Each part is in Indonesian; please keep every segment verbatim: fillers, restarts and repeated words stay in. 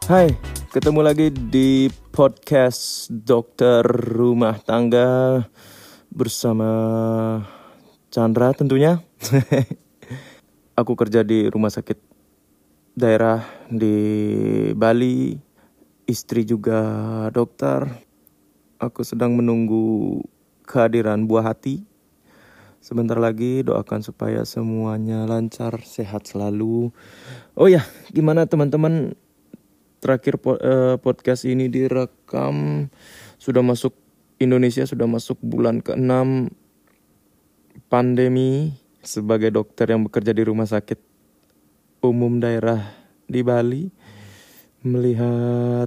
Hai, ketemu lagi di podcast Dokter Rumah Tangga bersama Chandra tentunya. Aku kerja di rumah sakit daerah di Bali, istri juga dokter. Aku sedang menunggu kehadiran buah hati. Sebentar lagi doakan supaya semuanya lancar, sehat selalu. Oh ya, gimana teman-teman? Terakhir po- eh, podcast ini direkam sudah masuk Indonesia sudah masuk bulan keenam pandemi. Sebagai dokter yang bekerja di rumah sakit umum daerah di Bali, melihat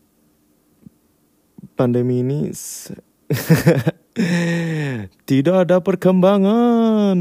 pandemi ini se- tidak ada perkembangan.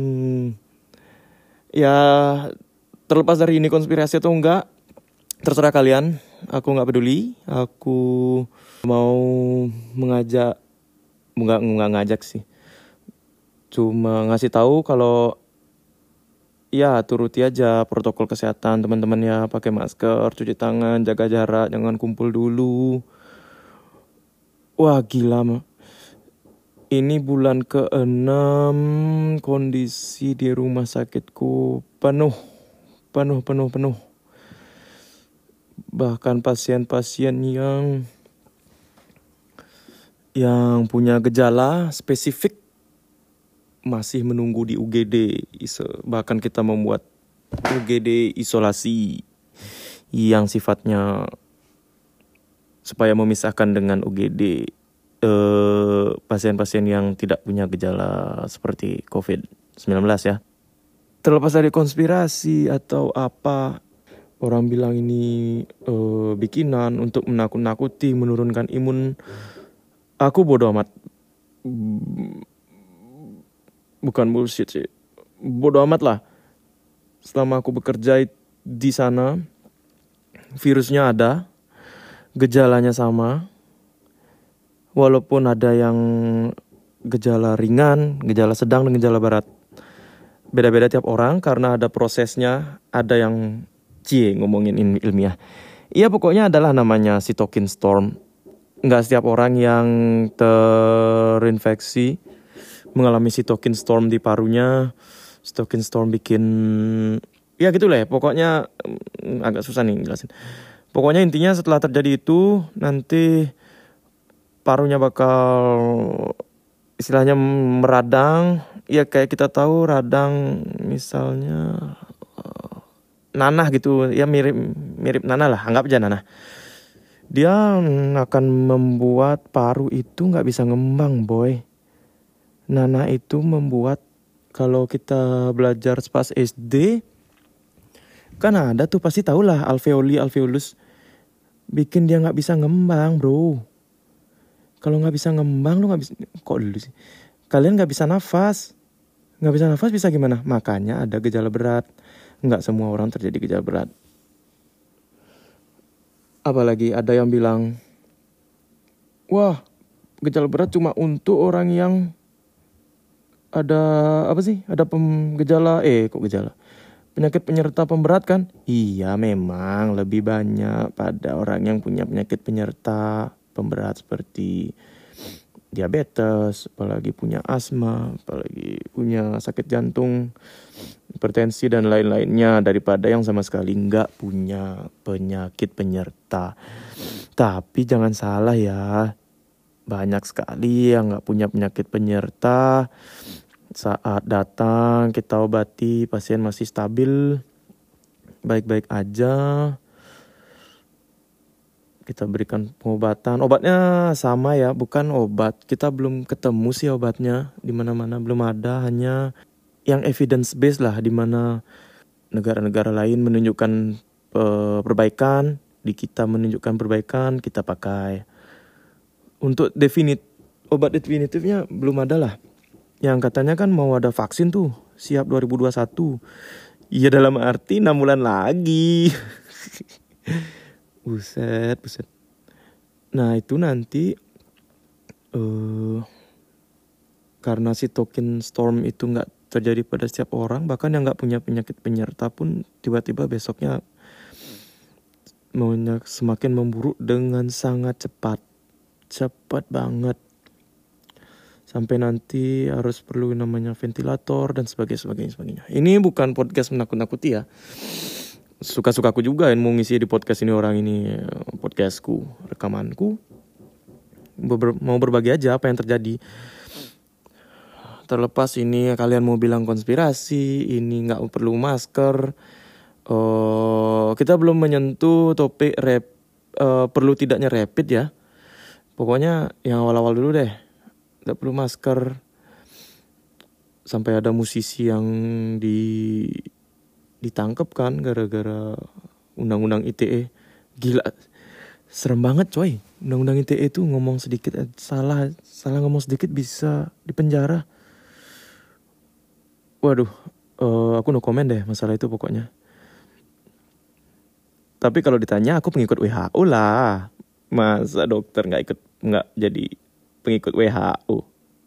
Ya, terlepas dari ini konspirasi atau enggak, terserah kalian, aku nggak peduli. Aku mau mengajak, nggak nggak ngajak sih, cuma ngasih tahu kalau ya turuti aja protokol kesehatan teman-teman ya, pakai masker, cuci tangan, jaga jarak, jangan kumpul dulu. Wah gila mah. Ini bulan keenam kondisi di rumah sakitku penuh, penuh, penuh, penuh. Bahkan pasien-pasien yang yang punya gejala spesifik masih menunggu di U G D. Bahkan kita membuat U G D isolasi yang sifatnya supaya memisahkan dengan U G D eh, pasien-pasien yang tidak punya gejala seperti covid sembilan belas ya. Terlepas dari konspirasi atau apa, orang bilang ini uh, bikinan untuk menakut-nakuti, menurunkan imun. Aku bodo amat. Bukan bullshit sih. Bodo amat lah. Selama aku bekerja di sana, virusnya ada, gejalanya sama. Walaupun ada yang gejala ringan, gejala sedang, dan gejala berat. Beda-beda tiap orang karena ada prosesnya, ada yang cie ngomongin ilmiah. Iya pokoknya adalah namanya cytokine storm. Nggak setiap orang yang terinfeksi mengalami cytokine storm di parunya. Cytokine storm bikin ya gitu lah ya. Pokoknya mm, agak susah nih jelasin. Pokoknya intinya setelah terjadi itu nanti parunya bakal istilahnya meradang. Ya kayak kita tahu radang misalnya nanah gitu, ya mirip mirip nanah lah, anggap aja nanah. Dia akan membuat paru itu nggak bisa ngembang, boy. Nanah itu membuat, kalau kita belajar pas S D, kan ada tuh pasti tahu lah alveoli, alveolus, bikin dia nggak bisa ngembang, bro. Kalau nggak bisa ngembang, lu nggak bisa, kok dulu sih? Kalian nggak bisa nafas, nggak bisa nafas bisa gimana? Makanya ada gejala berat. Nggak semua orang terjadi gejala berat. Apalagi ada yang bilang, wah gejala berat cuma untuk orang yang ada apa sih? Ada pem, gejala, eh kok gejala? Penyakit penyerta pemberat kan? Iya memang lebih banyak pada orang yang punya penyakit penyerta pemberat seperti diabetes, apalagi punya asma, apalagi punya sakit jantung, hipertensi dan lain-lainnya, daripada yang sama sekali nggak punya penyakit penyerta. Tapi jangan salah ya, banyak sekali yang nggak punya penyakit penyerta. Saat datang kita obati, pasien masih stabil, baik-baik aja. Kita berikan pengobatan, obatnya sama ya, bukan obat. Kita belum ketemu sih obatnya di mana-mana, belum ada, hanya yang evidence based lah, di mana negara-negara lain menunjukkan uh, perbaikan, di kita menunjukkan perbaikan, kita pakai. Untuk definit obat definitifnya belum ada lah. Yang katanya kan mau ada vaksin tuh, siap dua ribu dua puluh satu. Iya dalam arti enam bulan lagi. Buset, buset. Nah itu nanti uh, karena cytokine storm itu nggak terjadi pada setiap orang, bahkan yang nggak punya penyakit penyerta pun tiba-tiba besoknya maunya semakin memburuk dengan sangat cepat. Cepat banget. Sampai nanti harus perlu namanya ventilator dan sebagainya, sebagainya, sebagainya. Ini bukan podcast menakut-nakuti ya. Suka-sukaku juga yang mau ngisi di podcast ini orang ini. Podcastku, rekamanku. Ber- mau berbagi aja apa yang terjadi. Terlepas ini kalian mau bilang konspirasi, ini gak perlu masker. Uh, kita belum menyentuh topik rap, uh, perlu tidaknya rapid ya. Pokoknya yang awal-awal dulu deh. Gak perlu masker. Sampai ada musisi yang di ditangkap kan gara-gara undang-undang I T E. Gila. Serem banget coy. Undang-undang I T E itu ngomong sedikit eh, salah, salah ngomong sedikit bisa dipenjara. Waduh, uh, aku no komen deh masalah itu pokoknya. Tapi kalau ditanya aku pengikut W H O lah. Masa dokter gak ikut, gak jadi pengikut W H O.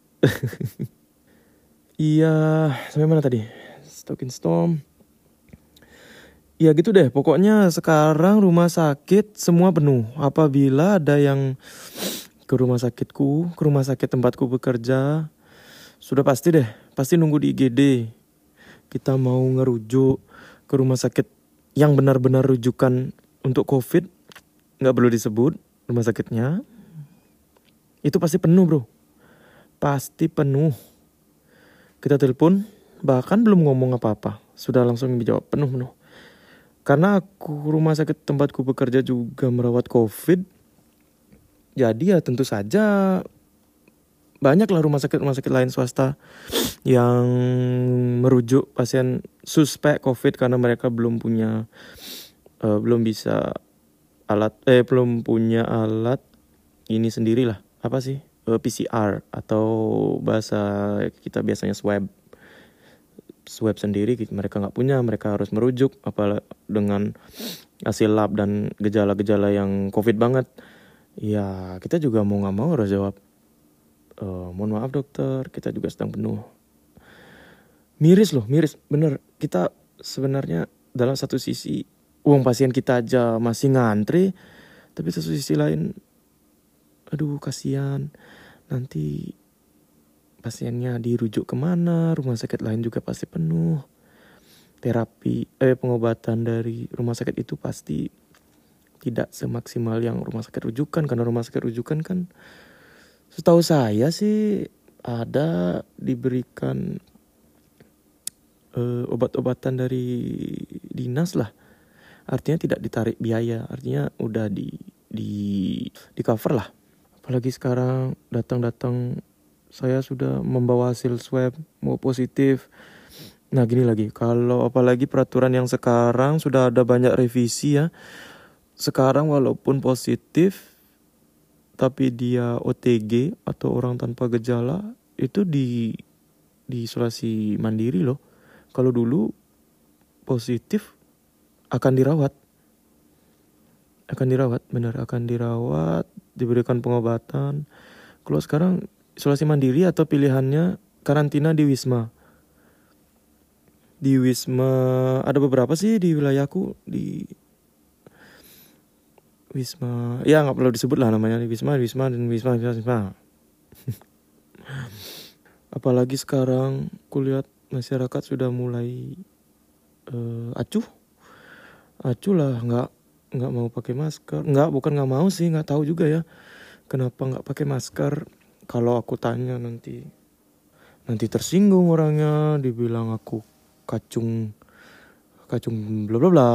Iya, sampai mana tadi? Stokin Storm. Ya gitu deh, pokoknya sekarang rumah sakit semua penuh. Apabila ada yang ke rumah sakitku, ke rumah sakit tempatku bekerja, sudah pasti deh, pasti nunggu di I G D. Kita mau ngerujuk ke rumah sakit yang benar-benar rujukan untuk COVID, gak perlu disebut rumah sakitnya. Itu pasti penuh bro, pasti penuh. Kita telepon, bahkan belum ngomong apa-apa, sudah langsung dijawab penuh-penuh. Karena aku rumah sakit tempatku bekerja juga merawat COVID, jadi ya tentu saja banyaklah rumah sakit-rumah sakit lain swasta yang merujuk pasien suspek COVID karena mereka belum punya, uh, belum bisa alat, eh belum punya alat ini sendirilah, apa sih, uh, P C R atau bahasa kita biasanya swab. Swab sendiri mereka nggak punya, mereka harus merujuk apalagi dengan hasil lab dan gejala-gejala yang COVID banget. Ya kita juga mau nggak mau harus jawab, e, mohon maaf dokter, kita juga sedang penuh. Miris loh, miris bener. Kita sebenarnya dalam satu sisi uang pasien kita aja masih ngantri, tapi satu sisi lain, aduh kasihan nanti pasiennya dirujuk kemana, rumah sakit lain juga pasti penuh. Terapi, eh pengobatan dari rumah sakit itu pasti tidak semaksimal yang rumah sakit rujukan. Karena rumah sakit rujukan kan, setahu saya sih ada diberikan eh, obat-obatan dari dinas lah. Artinya tidak ditarik biaya, artinya udah di di di cover lah. Apalagi sekarang datang-datang saya sudah membawa hasil swab mau positif. Nah gini lagi, kalau apalagi peraturan yang sekarang sudah ada banyak revisi ya. Sekarang walaupun positif tapi dia O T G atau orang tanpa gejala, itu di di isolasi mandiri loh. Kalau dulu positif akan dirawat. Akan dirawat, benar akan dirawat, diberikan pengobatan. Kalau sekarang isolasi mandiri atau pilihannya karantina di Wisma. Di Wisma ada beberapa sih di wilayahku, di Wisma. Ya nggak perlu disebut lah namanya, di Wisma, Wisma dan Wisma, Wisma. Wisma. Apalagi sekarang kulihat masyarakat sudah mulai uh, acuh, acuh lah, nggak nggak mau pakai masker. Nggak, bukan nggak mau sih, nggak tahu juga ya kenapa nggak pakai masker. Kalau aku tanya nanti nanti tersinggung orangnya, dibilang aku kacung kacung bla bla bla.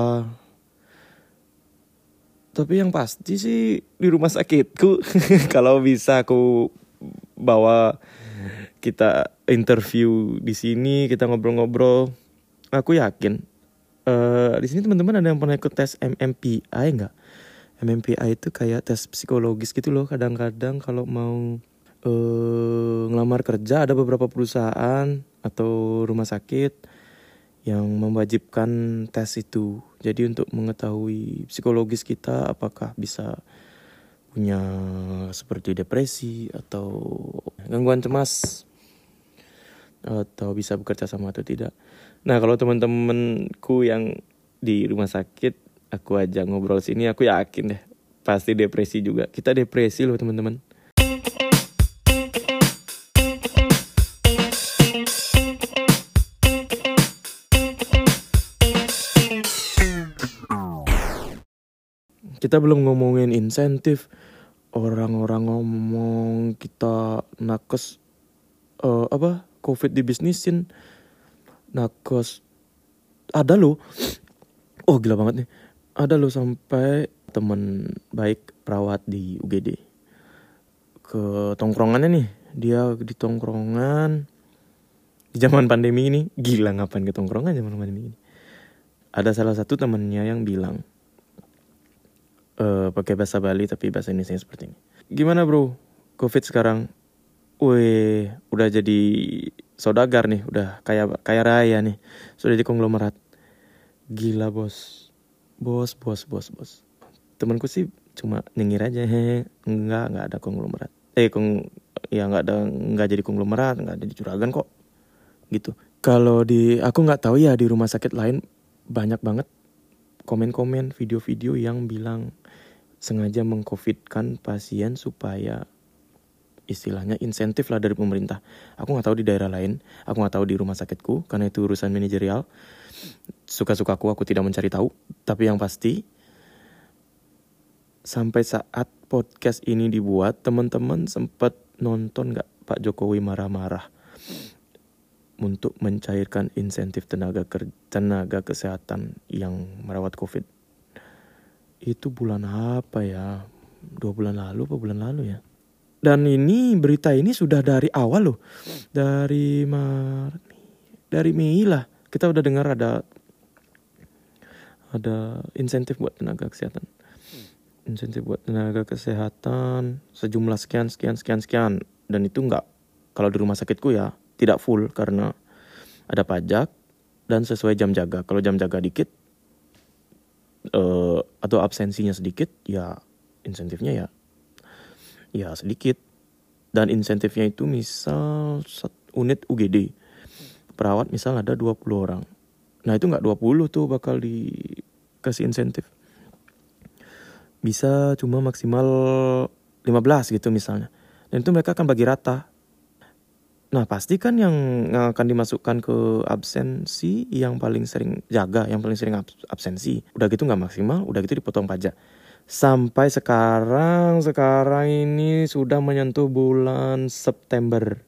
Tapi yang pasti sih di rumah sakitku kalau bisa aku bawa kita interview di sini, kita ngobrol-ngobrol, aku yakin uh, di sini teman-teman ada yang pernah ikut tes M M P I nggak? M M P I itu kayak tes psikologis gitu loh. Kadang-kadang kalau mau Uh, ngelamar kerja ada beberapa perusahaan atau rumah sakit yang mewajibkan tes itu. Jadi untuk mengetahui psikologis kita apakah bisa punya seperti depresi atau gangguan cemas atau bisa bekerja sama atau tidak. Nah kalau teman-temanku yang di rumah sakit Aku aja ngobrol sini aku yakin deh pasti depresi juga. Kita depresi loh teman-teman. Kita belum ngomongin insentif. Orang-orang ngomong kita nakes uh, apa COVID dibisnisin. Nakes ada loh. Oh gila banget nih. Ada loh sampai teman baik perawat di U G D ke tongkrongannya nih. Dia di tongkrongan di zaman pandemi ini. Gila ngapain ke tongkrongan zaman pandemi ini. Ada salah satu temannya yang bilang Uh, pakai bahasa Bali tapi bahasa Indonesia seperti ini. Gimana bro, COVID sekarang? Wih, udah jadi saudagar nih, udah kaya kaya raya nih, sudah di konglomerat. Gila bos, bos, bos, bos, bos. Temanku sih cuma nyengir aja, hehe, enggak, enggak ada konglomerat. Eh, kong, ya enggak ada, enggak jadi konglomerat, enggak jadi juragan kok, gitu. Kalau di, aku nggak tahu ya di rumah sakit lain banyak banget komen-komen, video-video yang bilang sengaja mengcovidkan pasien supaya istilahnya insentif lah dari pemerintah. Aku nggak tahu di daerah lain, aku nggak tahu di rumah sakitku karena itu urusan manajerial. Suka-sukaku aku tidak mencari tahu. Tapi yang pasti sampai saat podcast ini dibuat, teman-teman sempat nonton nggak Pak Jokowi marah-marah untuk mencairkan insentif tenaga kerja, tenaga kesehatan yang merawat COVID. Itu bulan apa ya? Dua bulan lalu apa bulan lalu ya? Dan ini berita ini sudah dari awal loh. Dari Maret, dari Mei lah. Kita udah dengar ada ada insentif buat tenaga kesehatan. Insentif buat tenaga kesehatan sejumlah sekian sekian sekian sekian. Dan itu enggak, kalau di rumah sakitku ya tidak full karena ada pajak dan sesuai jam jaga. Kalau jam jaga dikit uh, atau absensinya sedikit, ya insentifnya ya ya sedikit. Dan insentifnya itu misal unit U G D perawat misal ada dua puluh orang. Nah itu nggak dua puluh tuh bakal dikasih insentif. Bisa cuma maksimal lima belas gitu misalnya. Dan itu mereka akan bagi rata. Nah pasti kan yang akan dimasukkan ke absensi yang paling sering jaga, yang paling sering absensi. Udah gitu gak maksimal, udah gitu dipotong pajak. Sampai sekarang, sekarang ini sudah menyentuh bulan September.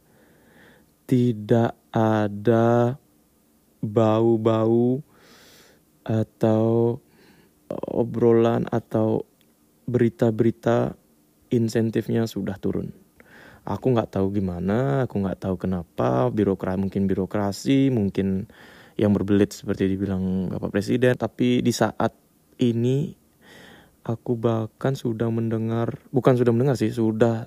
Tidak ada bau-bau atau obrolan atau berita-berita insentifnya sudah turun. Aku nggak tahu gimana, aku nggak tahu kenapa, birokrat mungkin birokrasi, mungkin yang berbelit seperti dibilang Bapak Presiden. Tapi di saat ini aku bahkan sudah mendengar, bukan sudah mendengar sih, sudah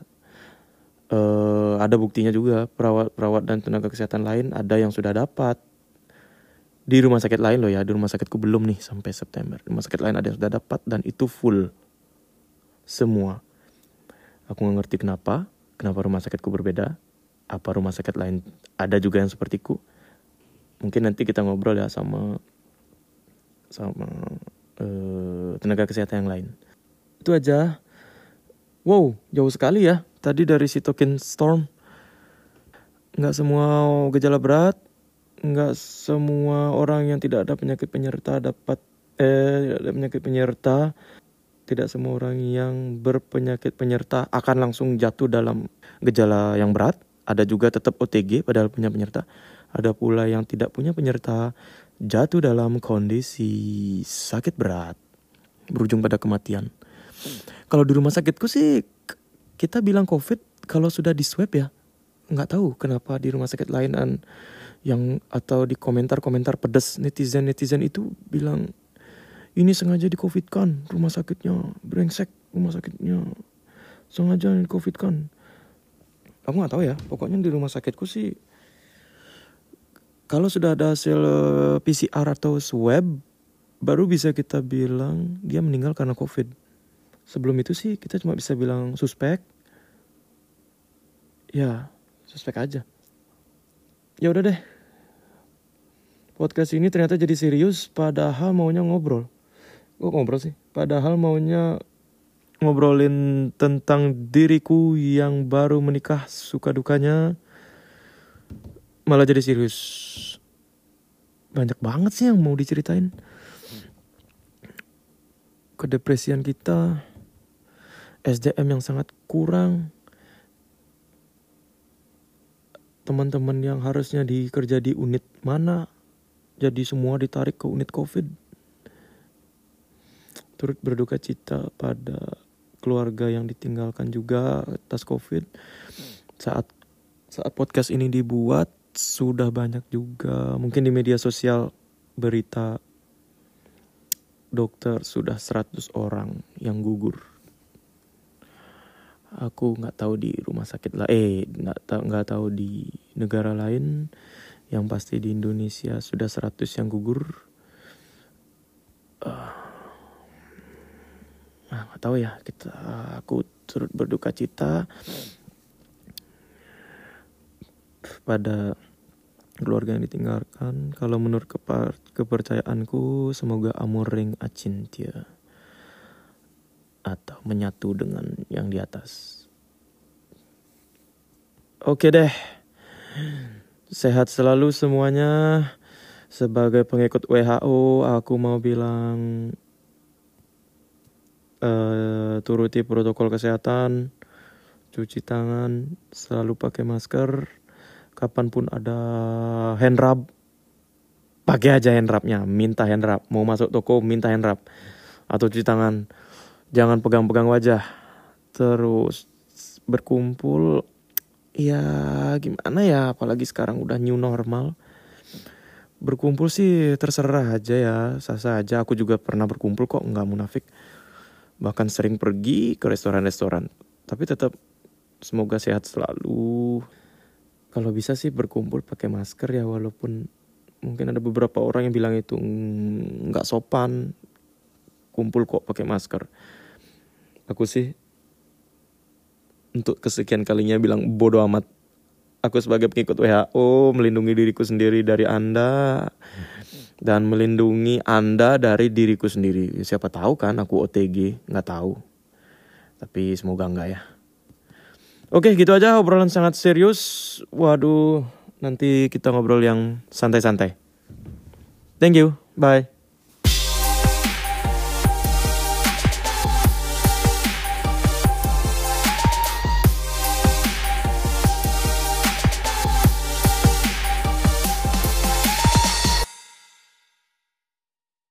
uh, ada buktinya juga perawat-perawat dan tenaga kesehatan lain ada yang sudah dapat di rumah sakit lain loh ya, di rumah sakitku belum nih sampai September. Di rumah sakit lain ada yang sudah dapat dan itu full semua. Aku nggak ngerti kenapa. Kenapa rumah sakitku berbeda? Apa rumah sakit lain ada juga yang sepertiku? Mungkin nanti kita ngobrol ya sama sama uh, tenaga kesehatan yang lain. Itu aja. Wow, jauh sekali ya. Tadi dari Cytokine Storm. Nggak semua gejala berat. Nggak semua orang yang tidak ada penyakit penyerta dapat eh tidak ada penyakit penyerta. Tidak semua orang yang berpenyakit penyerta akan langsung jatuh dalam gejala yang berat. Ada juga tetap O T G padahal punya penyerta. Ada pula yang tidak punya penyerta jatuh dalam kondisi sakit berat. Berujung pada kematian. Kalau di rumah sakitku sih kita bilang COVID kalau sudah di swab ya. Nggak tahu kenapa di rumah sakit lain yang atau di komentar-komentar pedas netizen-netizen itu bilang ini sengaja di-covidkan rumah sakitnya, brengsek rumah sakitnya, sengaja di-covidkan. Aku nggak tahu ya, pokoknya di rumah sakitku sih kalau sudah ada hasil P C R atau swab baru bisa kita bilang dia meninggal karena COVID. Sebelum itu sih kita cuma bisa bilang suspek. Ya, suspek aja. Ya udah deh. Podcast ini ternyata jadi serius padahal maunya ngobrol. Kok ngobrol sih? Padahal maunya ngobrolin tentang diriku yang baru menikah, suka dukanya, malah jadi serius. Banyak banget sih yang mau diceritain. Kedepresian kita, S D M yang sangat kurang, teman-teman yang harusnya dikerja di unit mana, jadi semua ditarik ke unit COVID. Turut berduka cita pada keluarga yang ditinggalkan juga atas COVID. Saat saat podcast ini dibuat, sudah banyak juga mungkin di media sosial berita dokter sudah seratus orang yang gugur. Aku nggak tahu di rumah sakit lah, eh nggak tahu nggak tahu di negara lain. Yang pasti di Indonesia sudah seratus yang gugur. Uh, nah nggak tahu ya, kita aku turut berduka cita pada keluarga yang ditinggalkan. Kalau menurut kepa- kepercayaanku, semoga amoring acintya atau menyatu dengan yang di atas. Oke deh, sehat selalu semuanya. Sebagai pengikut W H O, aku mau bilang uh, turuti protokol kesehatan, cuci tangan, selalu pakai masker. Kapanpun ada hand rub, pakai aja hand rubnya, minta hand rub. Mau masuk toko, minta hand rub. Atau cuci tangan, jangan pegang-pegang wajah. Terus berkumpul, ya gimana ya, apalagi sekarang udah new normal. Berkumpul sih terserah aja ya, sah-sah aja. Aku juga pernah berkumpul kok, gak munafik. Bahkan sering pergi ke restoran-restoran. Tapi tetap semoga sehat selalu. Kalau bisa sih berkumpul pakai masker ya, walaupun mungkin ada beberapa orang yang bilang itu nggak sopan kumpul kok pakai masker. Aku sih untuk kesekian kalinya bilang bodo amat. Aku sebagai pengikut W H O melindungi diriku sendiri dari Anda dan melindungi Anda dari diriku sendiri. Siapa tahu kan aku O T G, nggak tahu. Tapi semoga enggak ya. Oke, gitu aja, obrolan sangat serius. Waduh, nanti kita ngobrol yang santai-santai. Thank you, bye.